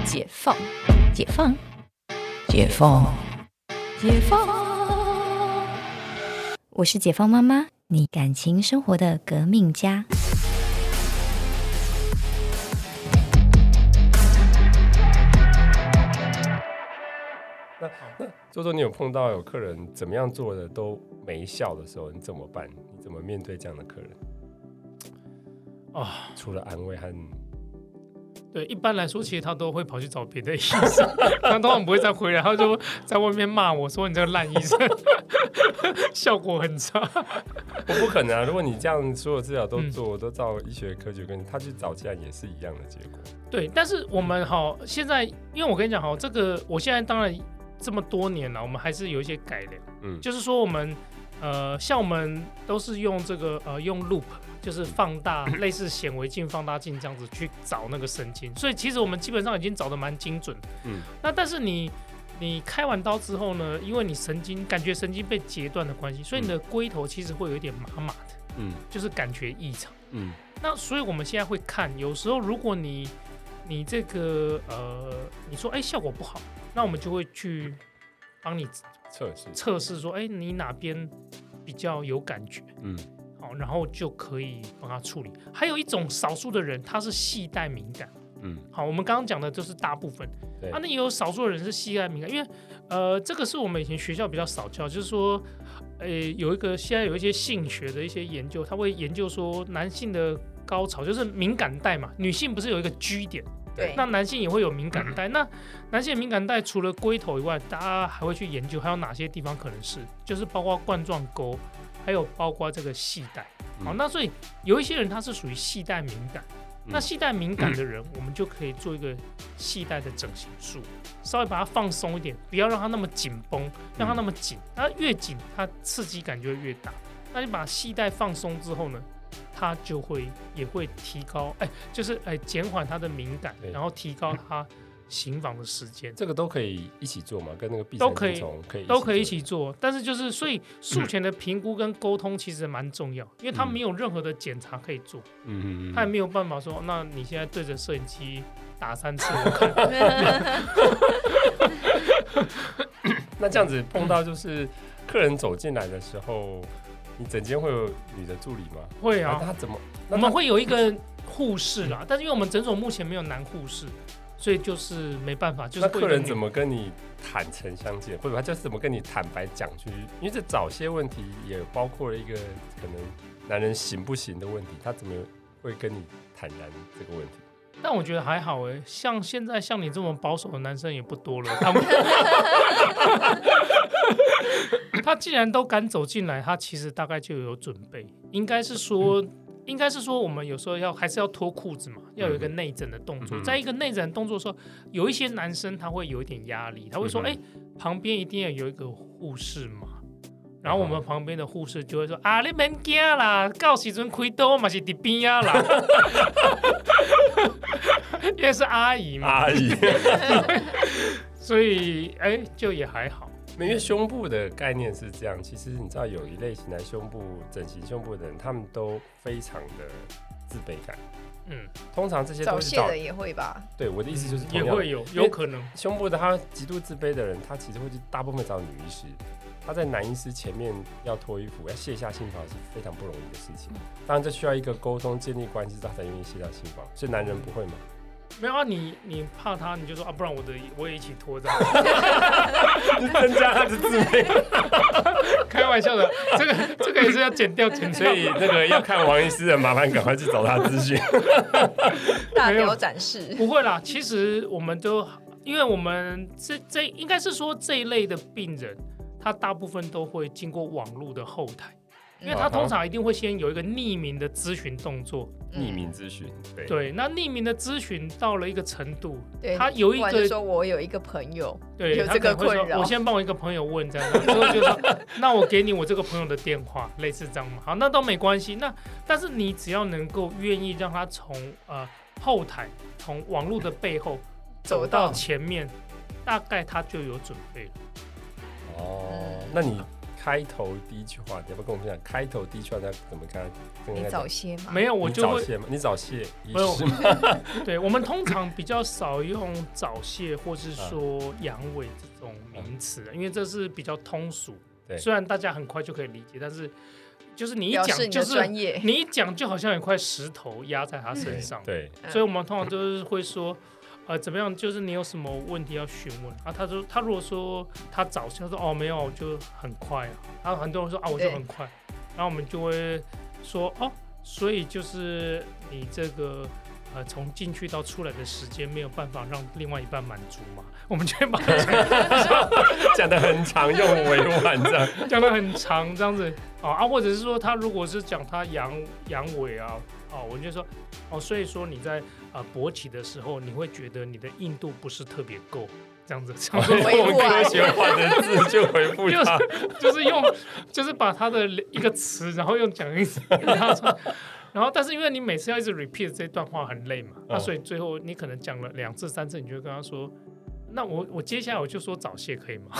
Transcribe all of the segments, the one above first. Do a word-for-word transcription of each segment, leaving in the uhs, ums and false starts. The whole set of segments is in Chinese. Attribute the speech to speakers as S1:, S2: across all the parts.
S1: 解放，解放，解放，解放。我是解放妈妈，你感情生活的革命家。
S2: 那那周周，你有碰到有客人怎么样做的都没效的时候，你怎么办？你怎么面对这样的客人？
S3: 啊，
S2: 除了安慰和
S3: 对，一般来说，其实他都会跑去找别的医生，他通常不会再回来，他就在外面骂我说：“你这个烂医生，效果很差。”
S2: 我不可能啊！如果你这样所有治疗都做，嗯、都照医学科学跟他去找起来也是一样的结果。
S3: 对，但是我们好现在，因为我跟你讲好，这个我现在当然这么多年了，我们还是有一些改良。嗯，就是说我们呃，像我们都是用这个呃用 loop。就是放大类似显微镜、放大镜这样子去找那个神经，所以其实我们基本上已经找得蛮精准的。嗯，那但是你你开完刀之后呢，因为你神经感觉神经被截断的关系，所以你的龟头其实会有一点麻麻的，嗯，就是感觉异常。嗯，那所以我们现在会看，有时候如果你你这个呃你说哎、欸、效果不好，那我们就会去帮你
S2: 测试
S3: 测试说哎、欸、你哪边比较有感觉，嗯。然后就可以帮他处理。还有一种少数的人，他是系带敏感。嗯，好，我们刚刚讲的就是大部分。啊，那也有少数的人是系带敏感，因为呃，这个是我们以前学校比较少教，就是说，呃，有一个现在有一些性学的一些研究，他会研究说男性的高潮就是敏感带嘛，女性不是有一个 G 点？
S1: 对，
S3: 那男性也会有敏感带。嗯、那男性的敏感带除了龟头以外，大家还会去研究还有哪些地方可能是，就是包括冠状沟。还有包括这个系带，好，那所以有一些人他是属于系带敏感，嗯、那系带敏感的人，我们就可以做一个系带的整形术，稍微把它放松一点，不要让它那么紧绷，让它那么紧，它越紧，它刺激感就会越大。那你把系带放松之后呢，它就会也会提高，哎，就是哎减缓它的敏感，然后提高它行房的时间，
S2: 这个都可以一起做嘛？跟那个闭环精虫可以
S3: 都可以一起做，但是就是所以术前的评估跟沟通其实蛮重要，因为他没有任何的检查可以做，嗯嗯嗯，他也没有办法说，那你现在对着摄影机打三次我看，
S2: 那这样子碰到就是客人走进来的时候，你整间会有女的助理吗？
S3: 会啊，
S2: 他怎么？
S3: 我们会有一个护士啦，但是因为我们诊所目前没有男护士。所以就是没办法，就是
S2: 那客人怎么跟你坦诚相见，或者他就是怎么跟你坦白讲去？因为这早些问题也包括了一个可能男人行不行的问题，他怎么会跟你坦然这个问题？
S3: 但我觉得还好哎、欸，像现在像你这么保守的男生也不多了。他们他既然都敢走进来，他其实大概就有准备，应该是说。嗯应该是说，我们有时候要还是要脱裤子嘛，要有一个内诊的动作。嗯、在一个内诊动作的时候，有一些男生他会有一点压力，他会说：“哎、嗯欸，旁边一定要有一个护士嘛。”然后我们旁边的护士就会说：“啊，你别惊啦，到时阵开刀嘛是伫边啊啦。”因为是阿姨嘛，
S2: 阿姨，
S3: 所以哎、欸，就也还好。
S2: 因为胸部的概念是这样，其实你知道有一类型的胸部整形胸部的人，他们都非常的自卑感。嗯，通常这些都是
S4: 早泄的也会吧？
S2: 对，我的意思就是、
S3: 嗯、也会有，有可能
S2: 胸部的他极度自卑的人，他其实会去大部分找女医师。他在男医师前面要脱衣服，要卸下心防是非常不容易的事情。当然，这需要一个沟通、建立关系，他才愿意卸下心防。所以男人不会吗？
S3: 没有啊，你你怕他，你就说啊，不然我的我也一起拖着，
S2: 你增加他的自卑。
S3: 开玩笑的，这个这个也是要剪掉剪掉。
S2: 所以那个要看王医师的，麻烦赶快去找他咨询。
S4: 大表展示
S3: 不会啦，其实我们都因为我们这这应该是说这一类的病人，他大部分都会经过网络的后台。因为他通常一定会先有一个匿名的咨询动作，
S2: 匿名咨询，对
S3: 对，那匿名的咨询到了一个程度，他有一个
S4: 说我有一个朋友，
S3: 对，
S4: 有这个困扰，
S3: 我先帮我一个朋友问这样，之后就说，那我给你我这个朋友的电话，类似这样嘛，好，那都没关系。那但是你只要能够愿意让他从呃后台，从网络的背后走到前面，大概他就有准备了。
S2: 哦，那你开头第一句话，你要不要跟我们讲开头第一句话他怎么看？
S4: 你早泄吗？
S3: 没有，我就会
S2: 你早泄吗？你早泄医师吗？
S3: 对，我们通常比较少用早泄或是说阳痿这种名词，因为这是比较通俗。虽然大家很快就可以理解，但是就是你一讲就是你一讲就好像有一块石头压在他身上。对，所以我们通常就是会说。呃，怎么样？就是你有什么问题要询问啊？他说他如果说他早泄，他说哦没有，就很快啊。然后很多人说啊我就很快，然后我们就会说哦，所以就是你这个呃从进去到出来的时间没有办法让另外一半满足嘛，我们就会把它
S2: 讲得很长，用委婉这样
S3: 讲得很长这样子哦啊，或者是说他如果是讲他阳阳痿啊。哦，我就说，哦，所以说你在呃勃起的时候，你会觉得你的硬度不是特别够，这样子，这样子，
S2: 用科学化的字就回复他，
S3: 就是、就是用，就是把他的一个词，然后用讲一次，然后，然后，但是因为你每次要一直 repeat 这段话很累嘛，那、哦啊、所以最后你可能讲了两次、三次，你就跟他说。那我我接下来我就说早泄可以吗？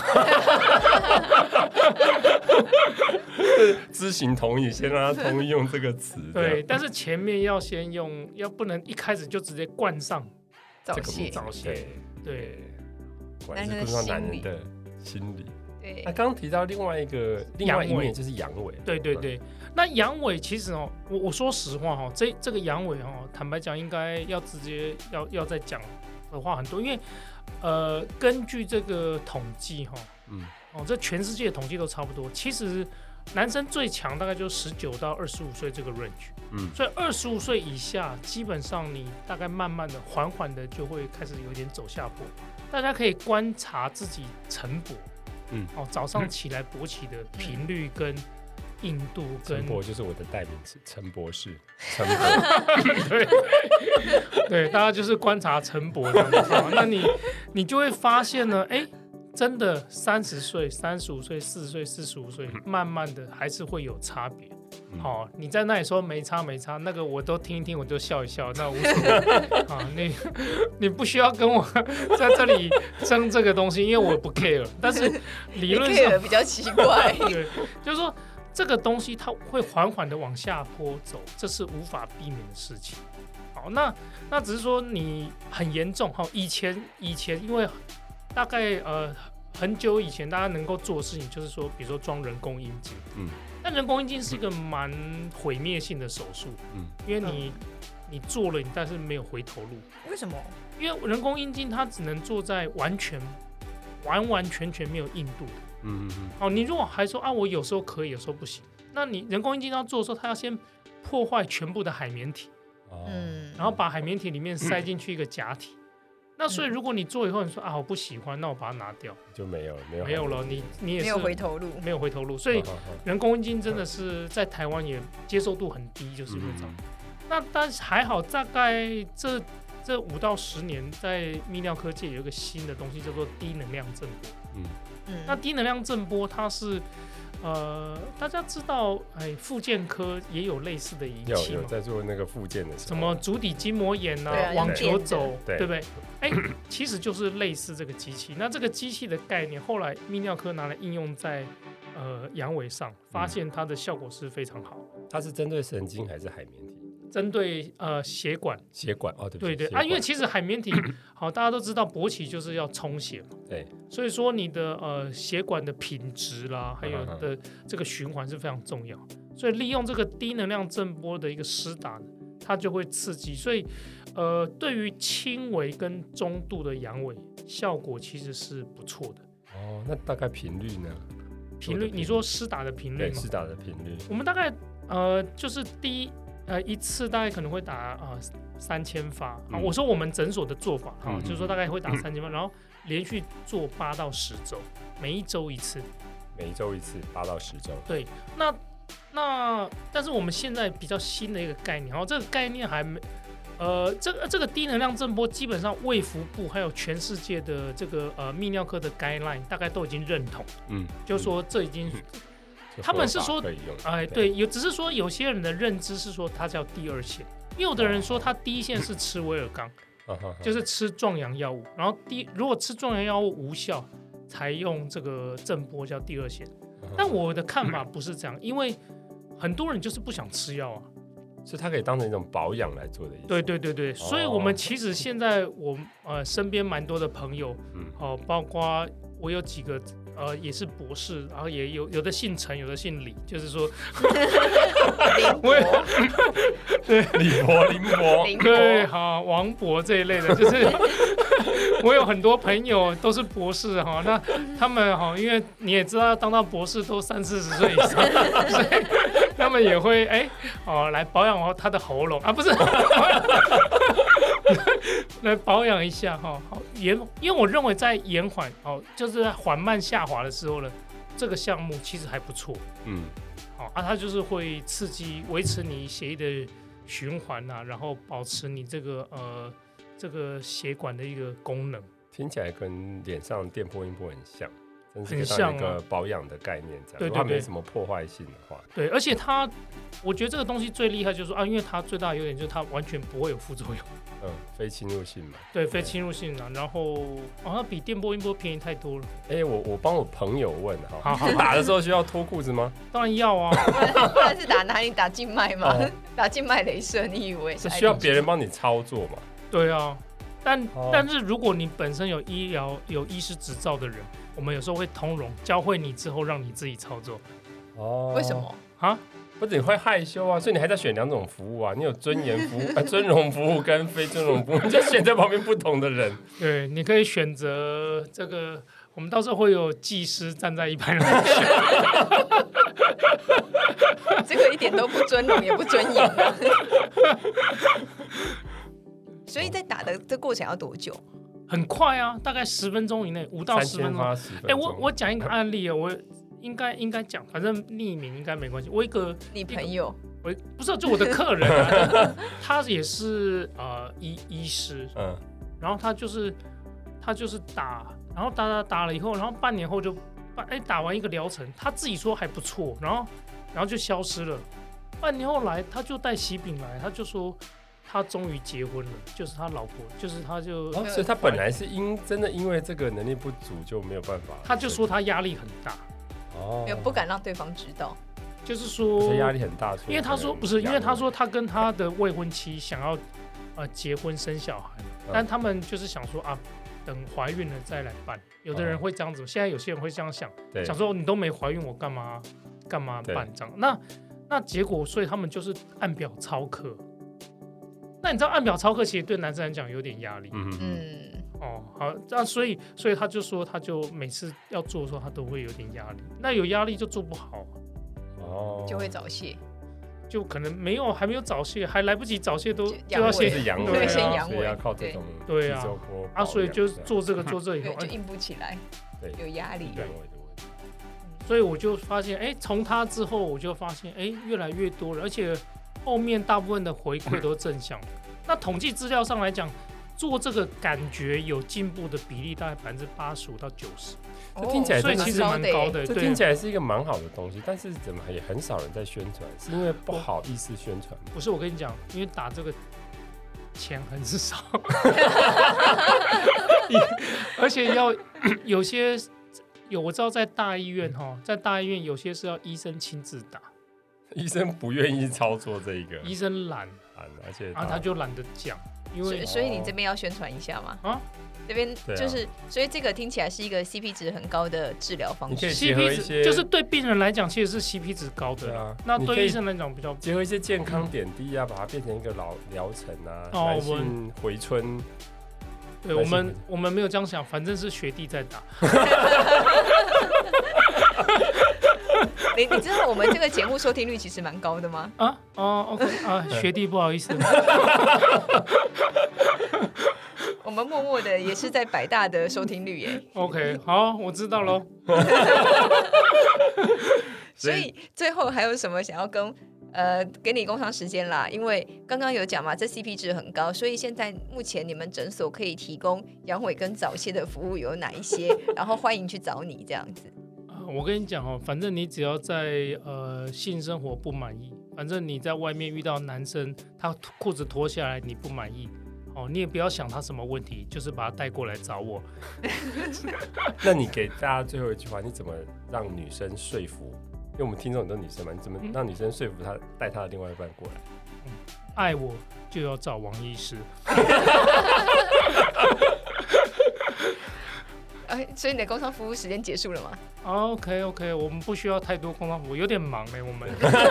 S2: 知行同意，先让他同意用这个词。
S3: 对，但是前面要先用，要不能一开始就直接冠上
S4: 早泄。
S3: 早泄，对，
S2: 果然是不知道男人的心理。
S4: 对，
S2: 那刚刚提到另外一个另外一面就是阳痿。
S3: 对对对，那阳痿其实哦，我我说实话哈，这这个阳痿哦，坦白讲，应该要直接要要再讲的话很多，因为。呃，根据这个统计哈，嗯，哦，这全世界的统计都差不多。其实男生最强大概就十九到二十五岁这个 range，嗯，所以二十五岁以下，基本上你大概慢慢的、缓缓的就会开始有点走下坡。大家可以观察自己晨勃，嗯，哦，早上起来勃起的频率跟硬度跟，
S2: 晨勃就是我的代名词，陈博士，晨勃，
S3: 对。对，大家就是观察晨勃这样子，那你你就会发现呢，哎，真的三十岁、三十五岁、四十岁、四十五岁，慢慢的还是会有差别。好、哦，你在那里说没差没差，那个我都听一听，我就笑一笑，那无所谓。好，你你不需要跟我在这里争这个东西，因为我不 care。但是理论上
S4: 比较奇怪，
S3: 对，就是说这个东西它会缓缓的往下坡走，这是无法避免的事情。好，那那只是说你很严重哈。以前以前因为大概呃很久以前，大家能够做的事情就是说，比如说装人工阴茎，嗯，但人工阴茎是一个蛮毁灭性的手术，嗯，因为你、嗯、你做了，你但是没有回头路。
S4: 为什么？
S3: 因为人工阴茎它只能做在完全完完全全没有硬度的，嗯嗯嗯。哦，你如果还说啊，我有时候可以，有时候不行，那你人工阴茎要做的时候，它要先破坏全部的海绵体。嗯，然后把海绵体里面塞进去一个假体，嗯、那所以如果你做以后你说啊我不喜欢，那我把它拿掉
S2: 就没有了，没有
S3: 没有了，你你也是
S4: 没有回头路，
S3: 没有回头路，所以人工阴茎真的是在台湾也接受度很低，就是因为这样。嗯、那但是还好，大概这这五到十年，在泌尿科界有一个新的东西叫做低能量震波。嗯嗯，那低能量震波它是。呃，大家知道，哎，复健科也有类似的仪器
S2: 有有在做那个复健的时候，
S3: 什么足底筋膜炎啊，啊网球肘，对, 对不对？哎，其实就是类似这个机器。那这个机器的概念，后来泌尿科拿来应用在呃阳痿上，发现它的效果是非常好。
S2: 它是针对神经还是海绵体？
S3: 针对呃血管，
S2: 血管哦，对
S3: 对对啊，因为其实海绵体好，大家都知道勃起就是要充血嘛，对，所以说你的呃血管的品质啦，还有的这个循环是非常重要，所以利用这个低能量震波的一个施打，它就会刺激，所以呃对于轻微跟中度的阳痿效果其实是不错的。
S2: 哦，那大概频率呢？
S3: 频率，你说施打的频率吗？
S2: 对，施打的频率，
S3: 我们大概呃就是第一。呃，一次大概可能会打啊三千发、嗯啊。我说我们诊所的做法哈、啊嗯，就是说大概会打三千发、嗯，然后连续做八到十周，每一周一次。
S2: 每一周一次，八到十周。
S3: 对，那那但是我们现在比较新的一个概念，然后这个概念还没，呃，这个这个低能量震波基本上卫福部还有全世界的这个呃泌尿科的 guideline 大概都已经认同，嗯，就是说这已经。嗯他们是说，哎，对，有只是说有些人的认知是说它叫第二线，因为有的人说他第一线是吃威尔刚，就是吃壮阳药物，然后第如果吃壮阳药物无效，才用这个震波叫第二线。 但我的看法不是这样，因为很多人就是不想吃药啊。
S2: 所以它可以当成一种保养来做的意思。
S3: 对对对对，哦、所以我们其实现在我呃身边蛮多的朋友，嗯，哦，包括我有几个呃也是博士，然后也有有的姓陈，有的姓李，就是说，
S4: 我
S2: 对李博林博，
S3: 对，好王博这一类的，就是我有很多朋友都是博士哈，那他们哈，因为你也知道，当到博士都三四十岁以上，所以他们也会哎哦来保养他的喉咙啊，不是，来保养一下哈，好延，因为我认为在延缓哦，就是在缓慢下滑的时候呢，这个项目其实还不错，嗯，好啊，它就是会刺激维持你血液的循环啊，然后保持你这个呃这个血管的一个功能，
S2: 听起来跟脸上电波音波很像。
S3: 很像
S2: 一个保养的概念，这样，
S3: 对对对，
S2: 如果它没什么破坏性的话，
S3: 对，而且它，我觉得这个东西最厉害就是说啊，因为它最大的优点就是它完全不会有副作用，
S2: 嗯，非侵入性嘛，
S3: 对，非侵入性啊，然后哦，它比电波音波便宜太多了。
S2: 哎、欸，我我帮我朋友问哈，好打的时候需要脱裤子吗？
S3: 当然要啊，
S4: 不然是打哪里？打静脉吗？哦、打静脉雷射？你以为
S2: 是需要别人帮你操作吗？
S3: 对啊，但、哦、但是如果你本身有医疗有医师执照的人。我们有时候会通融，教会你之后让你自己操作。
S4: 哦，为什么
S3: 啊？
S2: 不是你会害羞啊，所以你还在选两种服务啊。你有尊严服务、呃、尊荣服务跟非尊荣服务，你就选在旁边不同的人。
S3: 对，你可以选择这个，我们到时候会有技师站在一排上选。
S4: 这个一点都不尊荣，也不尊严啊。所以在打的这过程要多久？
S3: 很快啊，大概十分钟以内，五到十分钟。哎、欸，我我讲一个案例啊，我应该应该讲，反正匿名应该没关系。我一个
S4: 你朋友，
S3: 我不是就我的客人啊，他也是呃医医师，嗯，然后他就是他就是打，然后打打打了以后，然后半年后就哎打完一个疗程，他自己说还不错，然后然后就消失了。半年后来，他就带喜饼来，他就说。他终于结婚了，就是他老婆，就是他就，
S2: 哦、所以他本来是因真的因为这个能力不足就没有办法，
S3: 他就说他压力很大，
S4: 哦，不敢让对方知道，
S3: 就是说
S2: 压力很大，
S3: 因为他说不是，因为他说他跟他的未婚妻想要呃结婚生小孩，嗯、但他们就是想说啊，等怀孕了再来办，有的人会这样子，哦、现在有些人会这样想，想说你都没怀孕，我干嘛干嘛办这样？那那结果，所以他们就是按表操课。那你知道按表操课其实对男生来讲有点压力，嗯嗯，哦好，那所以所以他就说，他就每次要做的时候，他都会有点压力。那有压力就做不好，
S4: 哦，就会早泄，
S3: 就可能没有还没有早泄，还来不及早泄都就要先
S2: 阳痿，
S4: 对，先阳痿，
S2: 要靠这种
S3: 对啊啊，所以就做这个做这以后
S4: 就硬不起来，对，有压力，
S2: 对。
S3: 所以我就发现，哎，从他之后我就发现，哎，越来越多了，而且。后面大部分的回馈都是正向的。那统计资料上来讲，做这个感觉有进步的比例大概百分之八十五到九十，
S2: 这听起来
S3: 所以其实蛮高的。
S2: 这听起来是一个蛮好的东西，但是怎么也很少人在宣传，是因为不好意思宣传？
S3: 不是，我跟你讲，因为打这个钱很少，而且要有些有我知道在大医院哈，在大医院有些是要医生亲自打。
S2: 医生不愿意操作这一个，
S3: 医生懒，
S2: 而且
S3: 啊他就懒得讲，因为
S4: 所以你这边要宣传一下嘛啊，这边就是，啊、所以这个听起来是一个 C P 值很高的治疗方式。
S2: 你可以结合一些，
S3: 就是对病人来讲其实是 C P 值高的啊，那对医生来讲比较
S2: 结合一些健康点滴啊，把它变成一个老疗程啊，哦、男性回春。
S3: 对我们我们没有这样想，反正是学弟在打。
S4: 你你知道我们这个节目收听率其实蛮高的吗？
S3: 啊哦 ，OK 啊，学弟不好意思。
S4: 我们默默的也是在百大的收听率耶。
S3: OK， 好，我知道咯。
S4: 所以最后还有什么想要跟呃给你工商时间啦？因为刚刚有讲嘛，这 C P 值很高，所以现在目前你们诊所可以提供阳痿跟早泄的服务有哪一些？然后欢迎去找你这样子。
S3: 我跟你讲哦，反正你只要在呃性生活不满意，反正你在外面遇到男生他裤子脱下来你不满意， 哦，你也不要想他什么问题，就是把他带过来找我。
S2: 那你给大家最后一句话，你怎么让女生说服？因为我们听众很多女生嘛，你怎么让女生说服她带她的另外一半过来？
S3: 嗯，爱我就要找王医师。
S4: 哎，所以你的工商服务时间结束了吗
S3: ？OK OK， 我们不需要太多工商服务，有点忙哎、欸，我们。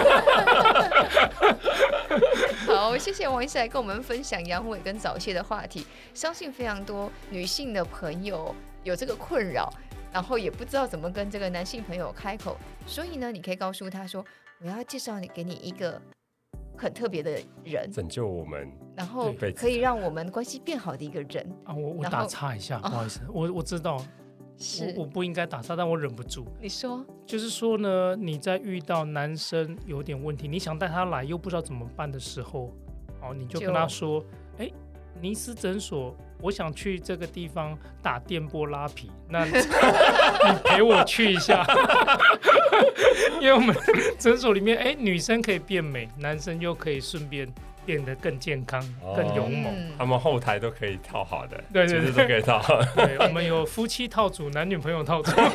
S4: 好，谢谢王医师来跟我们分享阳痿跟早泄的话题。相信非常多女性的朋友有这个困扰，然后也不知道怎么跟这个男性朋友开口，所以呢，你可以告诉他说：“我要介绍你给你一个很特别的人，
S2: 拯救我们，
S4: 然后可以让我们关系变好的一个人。”
S3: 啊，我我打岔一下，不好意思，哦、我我知道。
S4: 是
S3: 我, 我不应该打岔，但我忍不住。
S4: 你说，
S3: 就是说呢，你在遇到男生有点问题，你想带他来又不知道怎么办的时候，哦，你就跟他说：“哎，尼斯诊所，我想去这个地方打电波拉皮，那你陪我去一下。”因为我们诊所里面，哎，女生可以变美，男生又可以顺便变得更健康、哦、更勇猛、嗯。
S2: 他们后台都可以套好的，
S3: 对对对，
S2: 都可以套好。
S3: 对，我们有夫妻套组、男女朋友套组，服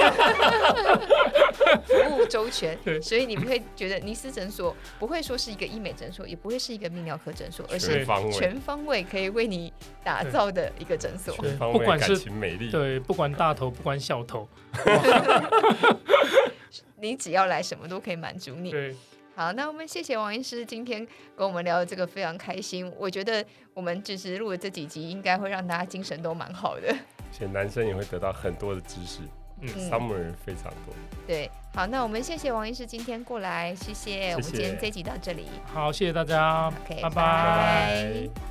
S4: 务周全。对，所以你们会觉得尼斯诊所不会说是一个医美诊所，也不会是一个泌尿科诊所，而是全方位可以为你打造的一个诊所。
S2: 全方位感情美丽，
S3: 对，不管大头，不管小头，
S4: 你只要来，什么都可以满足你。
S3: 对。
S4: 好，那我们谢谢王医师今天跟我们聊的这个非常开心，我觉得我们就是录的这几集应该会让大家精神都蛮好的，
S2: 而且男生也会得到很多的知识，嗯 ，Summer 非常多。
S4: 对，好，那我们谢谢王医师今天过来，谢谢，谢谢我们今天这集到这里，
S3: 好，谢谢大家，
S4: okay,
S3: 拜拜。
S2: 拜拜。